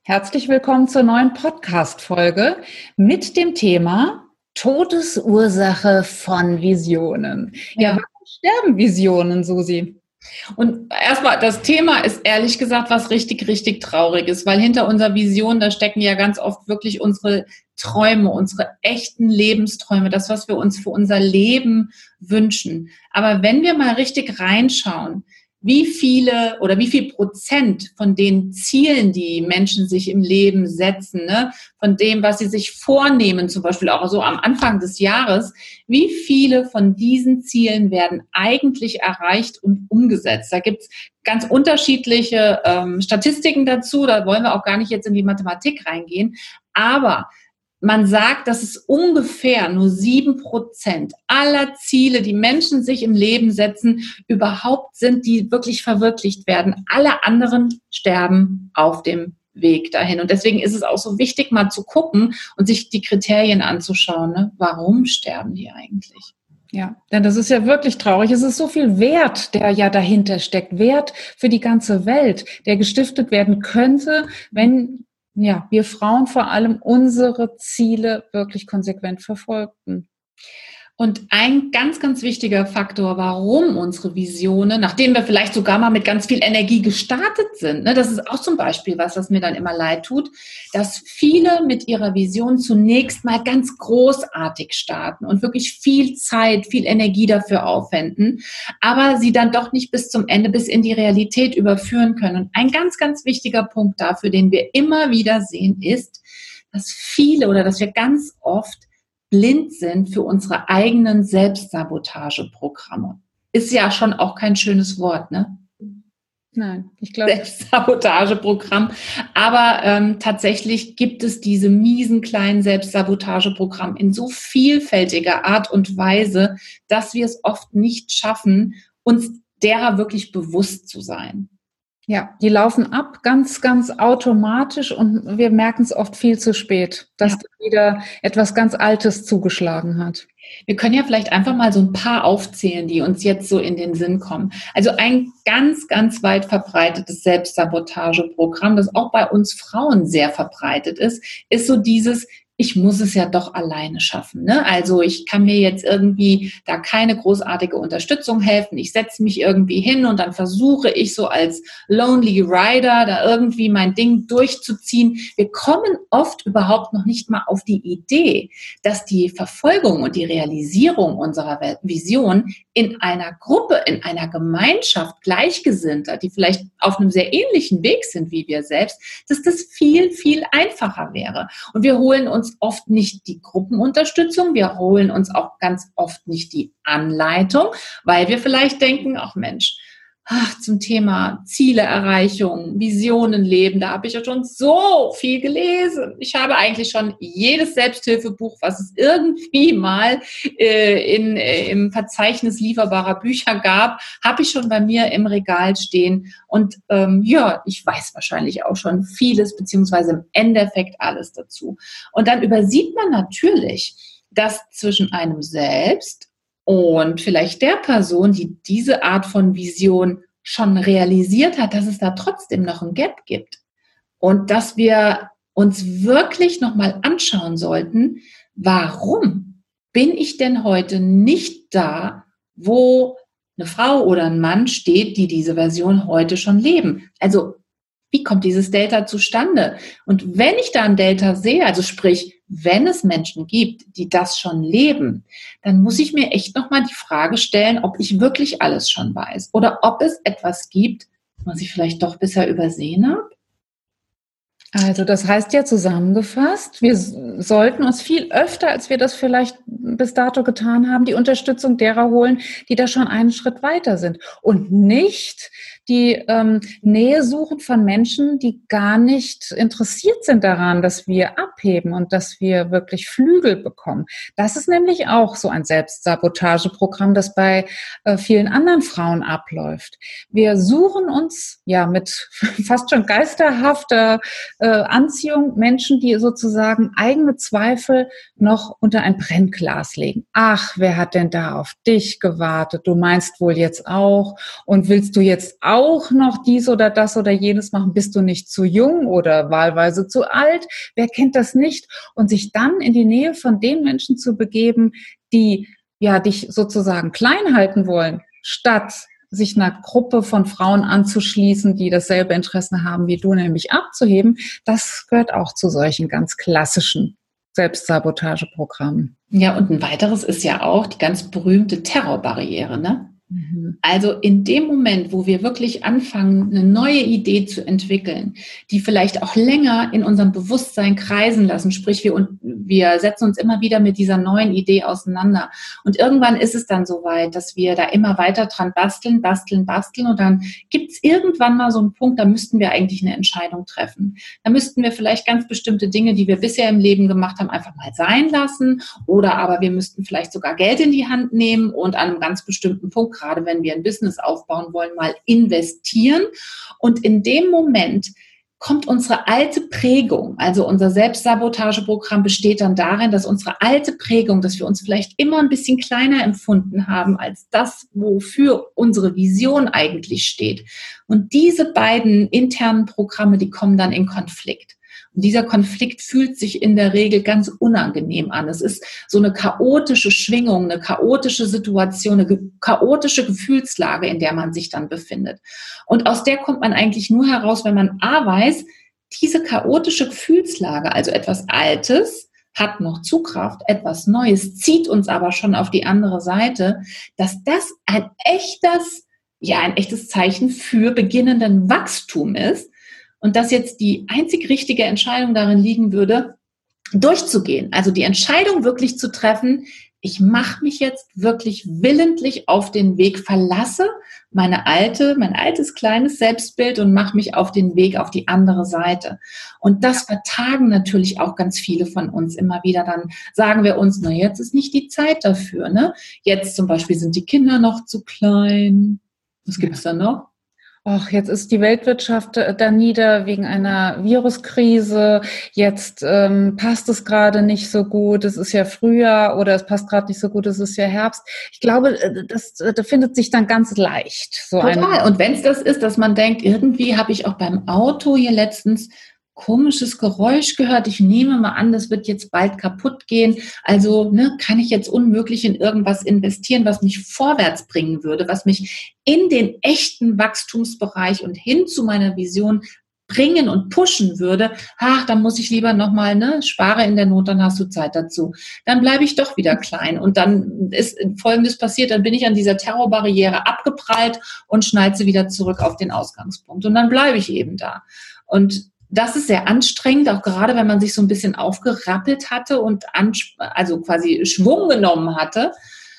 Herzlich willkommen zur neuen Podcast-Folge mit dem Thema Todesursache von Visionen. Ja, warum sterben Visionen, Susi? Und erstmal, das Thema ist ehrlich gesagt was richtig, richtig Trauriges, weil hinter unserer Vision, da stecken ja ganz oft wirklich unsere Träume, unsere echten Lebensträume, das, was wir uns für unser Leben wünschen. Aber wenn wir mal richtig reinschauen, wie viele oder wie viel Prozent von den Zielen, die Menschen sich im Leben setzen, ne, von dem, was sie sich vornehmen, zum Beispiel auch so am Anfang des Jahres, wie viele von diesen Zielen werden eigentlich erreicht und umgesetzt? Da gibt's ganz unterschiedliche Statistiken dazu, da wollen wir auch gar nicht jetzt in die Mathematik reingehen, aber man sagt, dass es ungefähr nur 7% aller Ziele, die Menschen sich im Leben setzen, überhaupt sind, die wirklich verwirklicht werden. Alle anderen sterben auf dem Weg dahin. Und deswegen ist es auch so wichtig, mal zu gucken und sich die Kriterien anzuschauen. Ne? Warum sterben die eigentlich? Ja, denn das ist ja wirklich traurig. Es ist so viel Wert, der ja dahinter steckt. Wert für die ganze Welt, der gestiftet werden könnte, wenn wir Frauen vor allem unsere Ziele wirklich konsequent verfolgten. Und ein ganz, ganz wichtiger Faktor, warum unsere Visionen, nachdem wir vielleicht sogar mal mit ganz viel Energie gestartet sind, ne, das ist auch zum Beispiel was mir dann immer leid tut, dass viele mit ihrer Vision zunächst mal ganz großartig starten und wirklich viel Zeit, viel Energie dafür aufwenden, aber sie dann doch nicht bis zum Ende, bis in die Realität überführen können. Und ein ganz, ganz wichtiger Punkt dafür, den wir immer wieder sehen, ist, dass wir ganz oft blind sind für unsere eigenen Selbstsabotageprogramme. Ist ja schon auch kein schönes Wort, ne? Nein, ich glaube. Selbstsabotageprogramm. Aber tatsächlich gibt es diese miesen kleinen Selbstsabotageprogramme in so vielfältiger Art und Weise, dass wir es oft nicht schaffen, uns derer wirklich bewusst zu sein. Ja, die laufen ab ganz, ganz automatisch und wir merken es oft viel zu spät, dass da wieder etwas ganz Altes zugeschlagen hat. Wir können ja vielleicht einfach mal so ein paar aufzählen, die uns jetzt so in den Sinn kommen. Also ein ganz, ganz weit verbreitetes Selbstsabotageprogramm, das auch bei uns Frauen sehr verbreitet ist so dieses: Ich muss es ja doch alleine schaffen. Ne? Also ich kann mir jetzt irgendwie da keine großartige Unterstützung helfen. Ich setze mich irgendwie hin und dann versuche ich so als Lonely Rider da irgendwie mein Ding durchzuziehen. Wir kommen oft überhaupt noch nicht mal auf die Idee, dass die Verfolgung und die Realisierung unserer Vision in einer Gruppe, in einer Gemeinschaft Gleichgesinnter, die vielleicht auf einem sehr ähnlichen Weg sind wie wir selbst, dass das viel, viel einfacher wäre. Und wir holen uns oft nicht die Gruppenunterstützung, wir holen uns auch ganz oft nicht die Anleitung, weil wir vielleicht denken, ach Mensch, zum Thema Zieleerreichung, Visionen leben, da habe ich ja schon so viel gelesen. Ich habe eigentlich schon jedes Selbsthilfebuch, was es irgendwie mal im Verzeichnis lieferbarer Bücher gab, habe ich schon bei mir im Regal stehen. Und ich weiß wahrscheinlich auch schon vieles, beziehungsweise im Endeffekt alles dazu. Und dann übersieht man natürlich, dass zwischen einem selbst und vielleicht der Person, die diese Art von Vision schon realisiert hat, dass es da trotzdem noch ein Gap gibt. Und dass wir uns wirklich nochmal anschauen sollten, warum bin ich denn heute nicht da, wo eine Frau oder ein Mann steht, die diese Version heute schon leben? Also wie kommt dieses Delta zustande? Und wenn ich da ein Delta sehe, also sprich, wenn es Menschen gibt, die das schon leben, dann muss ich mir echt nochmal die Frage stellen, ob ich wirklich alles schon weiß oder ob es etwas gibt, was ich vielleicht doch bisher übersehen habe. Also das heißt ja zusammengefasst, wir sollten uns viel öfter, als wir das vielleicht bis dato getan haben, die Unterstützung derer holen, die da schon einen Schritt weiter sind und nicht die Nähe suchen von Menschen, die gar nicht interessiert sind daran, dass wir abheben und dass wir wirklich Flügel bekommen. Das ist nämlich auch so ein Selbstsabotageprogramm, das bei vielen anderen Frauen abläuft. Wir suchen uns ja mit fast schon geisterhafter Anziehung Menschen, die sozusagen eigene Zweifel noch unter ein Brennglas legen. Ach, wer hat denn da auf dich gewartet? Du meinst wohl jetzt auch und willst du jetzt auch noch dies oder das oder jenes machen, bist du nicht zu jung oder wahlweise zu alt? Wer kennt das nicht? Und sich dann in die Nähe von den Menschen zu begeben, die ja dich sozusagen klein halten wollen, statt sich einer Gruppe von Frauen anzuschließen, die dasselbe Interesse haben wie du, nämlich abzuheben, das gehört auch zu solchen ganz klassischen Selbstsabotageprogrammen. Ja, und ein weiteres ist ja auch die ganz berühmte Terrorbarriere, ne? Also in dem Moment, wo wir wirklich anfangen, eine neue Idee zu entwickeln, die vielleicht auch länger in unserem Bewusstsein kreisen lassen, sprich wir setzen uns immer wieder mit dieser neuen Idee auseinander. Und irgendwann ist es dann soweit, dass wir da immer weiter dran basteln und dann gibt es irgendwann mal so einen Punkt, da müssten wir eigentlich eine Entscheidung treffen. Da müssten wir vielleicht ganz bestimmte Dinge, die wir bisher im Leben gemacht haben, einfach mal sein lassen, oder aber wir müssten vielleicht sogar Geld in die Hand nehmen und an einem ganz bestimmten Punkt, gerade wenn wir ein Business aufbauen wollen, mal investieren. Und in dem Moment kommt unsere alte Prägung, also unser Selbstsabotageprogramm besteht dann darin, dass unsere alte Prägung, dass wir uns vielleicht immer ein bisschen kleiner empfunden haben als das, wofür unsere Vision eigentlich steht. Und diese beiden internen Programme, die kommen dann in Konflikt. Und dieser Konflikt fühlt sich in der Regel ganz unangenehm an. Es ist so eine chaotische Schwingung, eine chaotische Situation, eine chaotische Gefühlslage, in der man sich dann befindet. Und aus der kommt man eigentlich nur heraus, wenn man weiß, diese chaotische Gefühlslage, also etwas Altes, hat noch Zugkraft, etwas Neues zieht uns aber schon auf die andere Seite, dass das ein echtes Zeichen für beginnenden Wachstum ist. Und dass jetzt die einzig richtige Entscheidung darin liegen würde, durchzugehen. Also die Entscheidung wirklich zu treffen, ich mache mich jetzt wirklich willentlich auf den Weg, verlasse mein altes kleines Selbstbild und mache mich auf den Weg auf die andere Seite. Und das vertagen natürlich auch ganz viele von uns immer wieder. Dann sagen wir uns, na, jetzt ist nicht die Zeit dafür, ne? Jetzt zum Beispiel sind die Kinder noch zu klein. Was gibt's da noch? Ach, jetzt ist die Weltwirtschaft da nieder wegen einer Viruskrise. Jetzt passt es gerade nicht so gut. Es ist ja Frühjahr oder es passt gerade nicht so gut. Es ist ja Herbst. Ich glaube, das findet sich dann ganz leicht. Total. Und wenn es das ist, dass man denkt, irgendwie habe ich auch beim Auto hier letztens komisches Geräusch gehört. Ich nehme mal an, das wird jetzt bald kaputt gehen. Also kann ich jetzt unmöglich in irgendwas investieren, was mich vorwärts bringen würde, was mich in den echten Wachstumsbereich und hin zu meiner Vision bringen und pushen würde. Ach, dann muss ich lieber nochmal, spare in der Not, dann hast du Zeit dazu. Dann bleibe ich doch wieder klein. Und dann ist Folgendes passiert, dann bin ich an dieser Terrorbarriere abgeprallt und schnalze wieder zurück auf den Ausgangspunkt. Und dann bleibe ich eben da. Und das ist sehr anstrengend, auch gerade wenn man sich so ein bisschen aufgerappelt hatte und also quasi Schwung genommen hatte.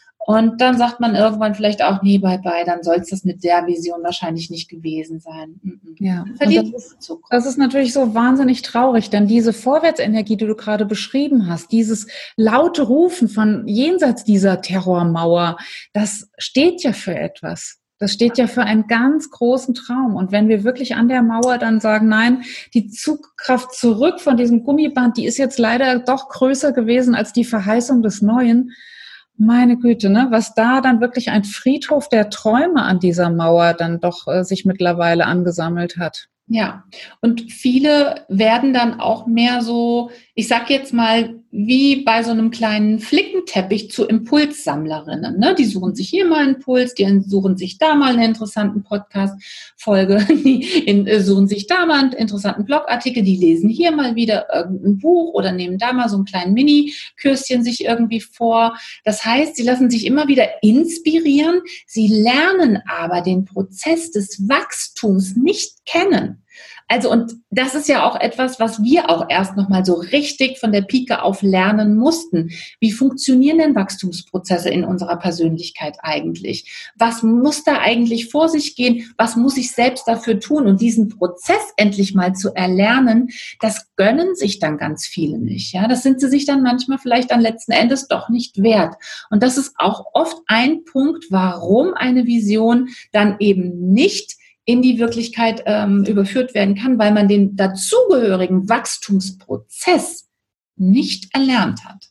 Und dann sagt man irgendwann vielleicht auch, nee, bye, dann soll es das mit der Vision wahrscheinlich nicht gewesen sein. Ja, und das ist natürlich so wahnsinnig traurig, denn diese Vorwärtsenergie, die du gerade beschrieben hast, dieses laute Rufen von jenseits dieser Terrormauer, das steht ja für etwas. Das steht ja für einen ganz großen Traum. Und wenn wir wirklich an der Mauer dann sagen, nein, die Zugkraft zurück von diesem Gummiband, die ist jetzt leider doch größer gewesen als die Verheißung des Neuen. Meine Güte, was da dann wirklich ein Friedhof der Träume an dieser Mauer dann doch sich mittlerweile angesammelt hat. Ja, und viele werden dann auch mehr so, ich sag jetzt mal, wie bei so einem kleinen Flickenteppich zu Impulssammlerinnen. Die suchen sich hier mal einen Impuls, die suchen sich da mal eine interessante Podcast-Folge, die suchen sich da mal einen interessanten Blogartikel, die lesen hier mal wieder irgendein Buch oder nehmen da mal so einen kleinen Mini-Kürschen sich irgendwie vor. Das heißt, sie lassen sich immer wieder inspirieren, sie lernen aber den Prozess des Wachstums nicht kennen. Also, und das ist ja auch etwas, was wir auch erst nochmal so richtig von der Pike auf lernen mussten. Wie funktionieren denn Wachstumsprozesse in unserer Persönlichkeit eigentlich? Was muss da eigentlich vor sich gehen? Was muss ich selbst dafür tun? Und diesen Prozess endlich mal zu erlernen, das gönnen sich dann ganz viele nicht. Ja, das sind sie sich dann manchmal vielleicht dann letzten Endes doch nicht wert. Und das ist auch oft ein Punkt, warum eine Vision dann eben nicht in die Wirklichkeit überführt werden kann, weil man den dazugehörigen Wachstumsprozess nicht erlernt hat.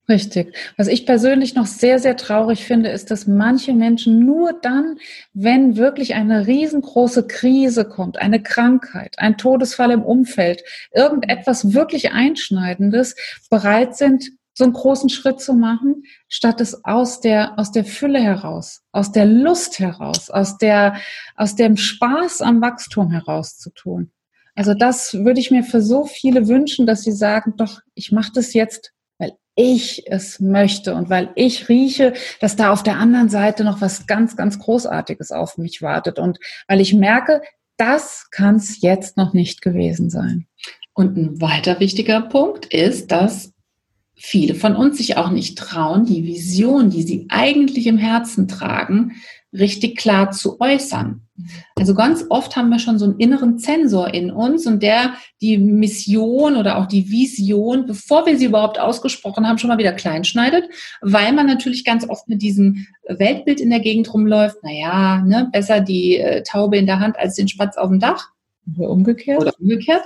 Richtig. Was ich persönlich noch sehr, sehr traurig finde, ist, dass manche Menschen nur dann, wenn wirklich eine riesengroße Krise kommt, eine Krankheit, ein Todesfall im Umfeld, irgendetwas wirklich Einschneidendes, bereit sind, so einen großen Schritt zu machen, statt es aus der Fülle heraus, aus der Lust heraus, aus dem Spaß am Wachstum heraus zu tun. Also das würde ich mir für so viele wünschen, dass sie sagen, doch, ich mache das jetzt, weil ich es möchte und weil ich rieche, dass da auf der anderen Seite noch was ganz, ganz Großartiges auf mich wartet und weil ich merke, das kann es jetzt noch nicht gewesen sein. Und ein weiter wichtiger Punkt ist, dass viele von uns sich auch nicht trauen, die Vision, die sie eigentlich im Herzen tragen, richtig klar zu äußern. Also ganz oft haben wir schon so einen inneren Zensor in uns und der die Mission oder auch die Vision, bevor wir sie überhaupt ausgesprochen haben, schon mal wieder kleinschneidet, weil man natürlich ganz oft mit diesem Weltbild in der Gegend rumläuft, naja, ne, besser die Taube in der Hand als den Spatz auf dem Dach. Oder umgekehrt. Oder umgekehrt.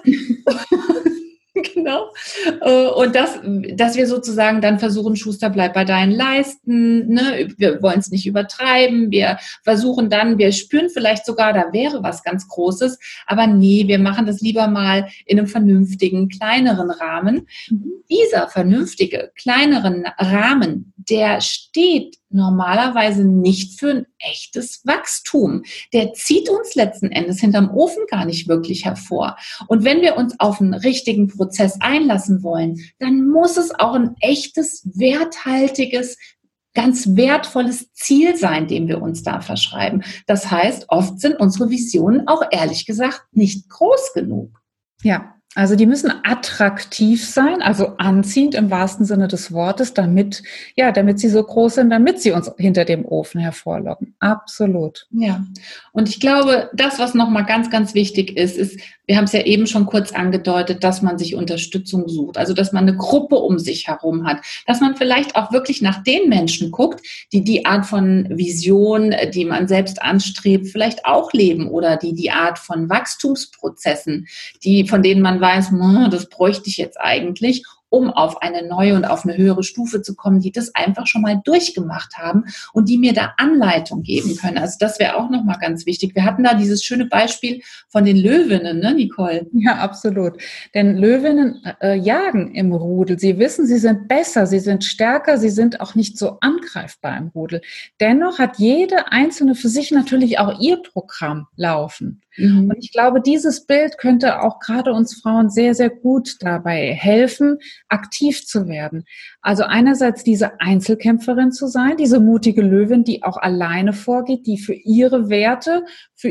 Genau. Und dass wir sozusagen dann versuchen, Schuster, bleib bei deinen Leisten, ne? Wir wollen es nicht übertreiben, wir versuchen dann, wir spüren vielleicht sogar, da wäre was ganz Großes, aber nee, wir machen das lieber mal in einem vernünftigen, kleineren Rahmen. Dieser vernünftige, kleineren Rahmen, der steht normalerweise nicht für ein echtes Wachstum. Der zieht uns letzten Endes hinterm Ofen gar nicht wirklich hervor. Und wenn wir uns auf einen richtigen Prozess einlassen wollen, dann muss es auch ein echtes, werthaltiges, ganz wertvolles Ziel sein, dem wir uns da verschreiben. Das heißt, oft sind unsere Visionen auch ehrlich gesagt nicht groß genug. Ja, also die müssen attraktiv sein, also anziehend im wahrsten Sinne des Wortes, damit sie so groß sind, damit sie uns hinter dem Ofen hervorlocken. Absolut. Ja, und ich glaube, das, was nochmal ganz, ganz wichtig ist, wir haben es ja eben schon kurz angedeutet, dass man sich Unterstützung sucht, also dass man eine Gruppe um sich herum hat, dass man vielleicht auch wirklich nach den Menschen guckt, die die Art von Vision, die man selbst anstrebt, vielleicht auch leben oder die Art von Wachstumsprozessen, von denen man weiß, das bräuchte ich jetzt eigentlich, um auf eine neue und auf eine höhere Stufe zu kommen, die das einfach schon mal durchgemacht haben und die mir da Anleitung geben können. Also das wäre auch nochmal ganz wichtig. Wir hatten da dieses schöne Beispiel von den Löwinnen, ne, Nicole? Ja, absolut. Denn Löwinnen jagen im Rudel. Sie wissen, sie sind besser, sie sind stärker, sie sind auch nicht so angreifbar im Rudel. Dennoch hat jede einzelne für sich natürlich auch ihr Programm laufen. Mhm. Und ich glaube, dieses Bild könnte auch gerade uns Frauen sehr, sehr gut dabei helfen, aktiv zu werden. Also einerseits diese Einzelkämpferin zu sein, diese mutige Löwin, die auch alleine vorgeht, die für ihre Werte, für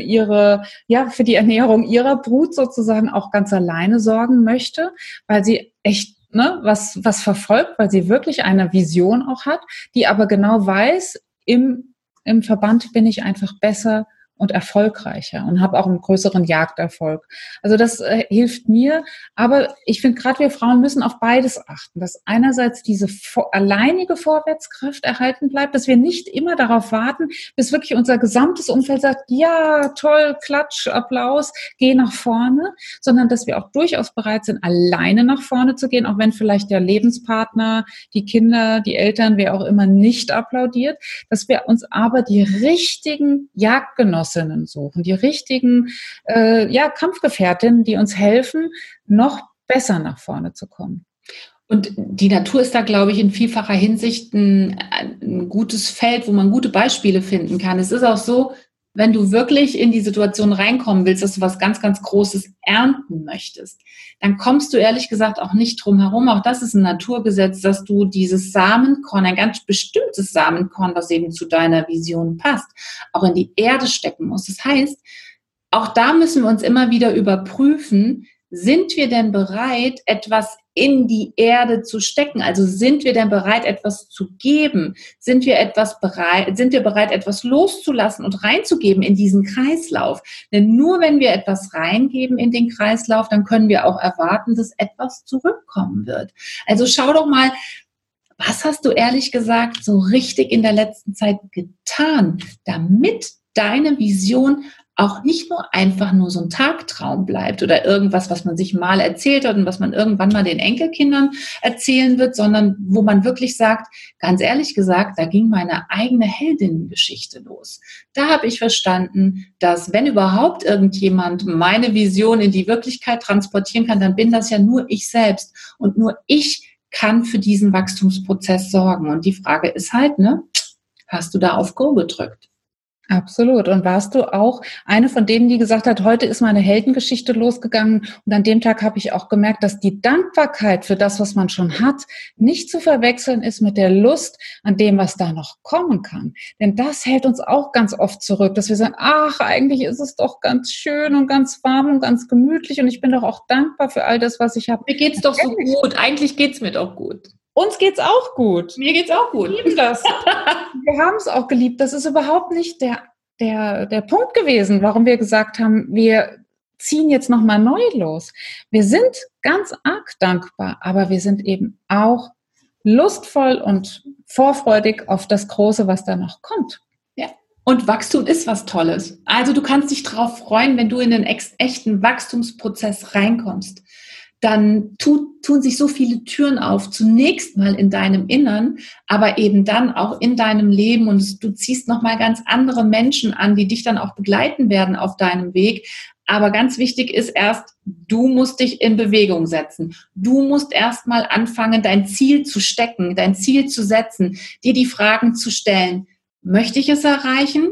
die Ernährung ihrer Brut sozusagen auch ganz alleine sorgen möchte, weil sie echt was verfolgt, weil sie wirklich eine Vision auch hat, die aber genau weiß, im Verband bin ich einfach besser und erfolgreicher und habe auch einen größeren Jagderfolg. Also das hilft mir, aber ich finde, gerade wir Frauen müssen auf beides achten, dass einerseits diese alleinige Vorwärtskraft erhalten bleibt, dass wir nicht immer darauf warten, bis wirklich unser gesamtes Umfeld sagt, ja, toll, Klatsch, Applaus, geh nach vorne, sondern dass wir auch durchaus bereit sind, alleine nach vorne zu gehen, auch wenn vielleicht der Lebenspartner, die Kinder, die Eltern, wer auch immer nicht applaudiert, dass wir uns aber die richtigen Jagdgenossinnen suchen, die richtigen Kampfgefährtinnen, die uns helfen, noch besser nach vorne zu kommen. Und die Natur ist da, glaube ich, in vielfacher Hinsicht ein gutes Feld, wo man gute Beispiele finden kann. Es ist auch so, wenn du wirklich in die Situation reinkommen willst, dass du was ganz, ganz Großes ernten möchtest, dann kommst du ehrlich gesagt auch nicht drum herum. Auch das ist ein Naturgesetz, dass du dieses Samenkorn, ein ganz bestimmtes Samenkorn, was eben zu deiner Vision passt, auch in die Erde stecken musst. Das heißt, auch da müssen wir uns immer wieder überprüfen, sind wir denn bereit, etwas in die Erde zu stecken? Also sind wir denn bereit, etwas zu geben? Sind wir bereit, etwas loszulassen und reinzugeben in diesen Kreislauf? Denn nur wenn wir etwas reingeben in den Kreislauf, dann können wir auch erwarten, dass etwas zurückkommen wird. Also schau doch mal, was hast du ehrlich gesagt so richtig in der letzten Zeit getan, damit deine Vision auch nicht nur einfach nur so ein Tagtraum bleibt oder irgendwas, was man sich mal erzählt hat und was man irgendwann mal den Enkelkindern erzählen wird, sondern wo man wirklich sagt, ganz ehrlich gesagt, da ging meine eigene Heldinnengeschichte los. Da habe ich verstanden, dass wenn überhaupt irgendjemand meine Vision in die Wirklichkeit transportieren kann, dann bin das ja nur ich selbst und nur ich kann für diesen Wachstumsprozess sorgen. Und die Frage ist halt, ne, hast du da auf Go gedrückt? Absolut. Und warst du auch eine von denen, die gesagt hat, heute ist meine Heldengeschichte losgegangen und an dem Tag habe ich auch gemerkt, dass die Dankbarkeit für das, was man schon hat, nicht zu verwechseln ist mit der Lust an dem, was da noch kommen kann. Denn das hält uns auch ganz oft zurück, dass wir sagen, ach, eigentlich ist es doch ganz schön und ganz warm und ganz gemütlich und ich bin doch auch dankbar für all das, was ich habe. Mir geht's doch so gut. Eigentlich geht's mir doch gut. Uns geht's auch gut. Mir geht's auch gut. Wir lieben das. Wir haben es auch geliebt. Das ist überhaupt nicht der Punkt gewesen, warum wir gesagt haben, wir ziehen jetzt nochmal neu los. Wir sind ganz arg dankbar, aber wir sind eben auch lustvoll und vorfreudig auf das Große, was da noch kommt. Ja. Und Wachstum ist was Tolles. Also du kannst dich drauf freuen, wenn du in den echten Wachstumsprozess reinkommst. Dann tun sich so viele Türen auf, zunächst mal in deinem Innern, aber eben dann auch in deinem Leben und du ziehst nochmal ganz andere Menschen an, die dich dann auch begleiten werden auf deinem Weg. Aber ganz wichtig ist erst, du musst dich in Bewegung setzen. Du musst erst mal anfangen, dein Ziel zu stecken, dein Ziel zu setzen, dir die Fragen zu stellen. Möchte ich es erreichen?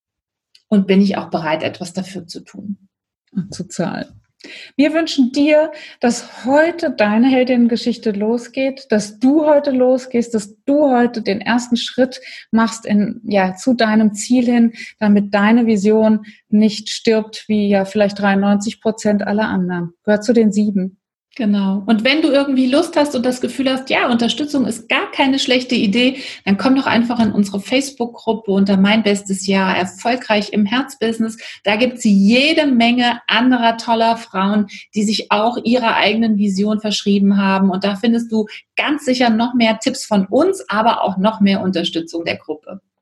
Und bin ich auch bereit, etwas dafür zu tun? Und zu zahlen. Wir wünschen dir, dass heute deine Heldinnengeschichte losgeht, dass du heute losgehst, dass du heute den ersten Schritt machst zu deinem Ziel hin, damit deine Vision nicht stirbt, wie ja vielleicht 93% aller anderen. Gehört zu den 7. Genau. Und wenn du irgendwie Lust hast und das Gefühl hast, ja, Unterstützung ist gar keine schlechte Idee, dann komm doch einfach in unsere Facebook-Gruppe unter Mein Bestes Jahr, erfolgreich im Herzbusiness. Da gibt's jede Menge anderer toller Frauen, die sich auch ihrer eigenen Vision verschrieben haben. Und da findest du ganz sicher noch mehr Tipps von uns, aber auch noch mehr Unterstützung der Gruppe.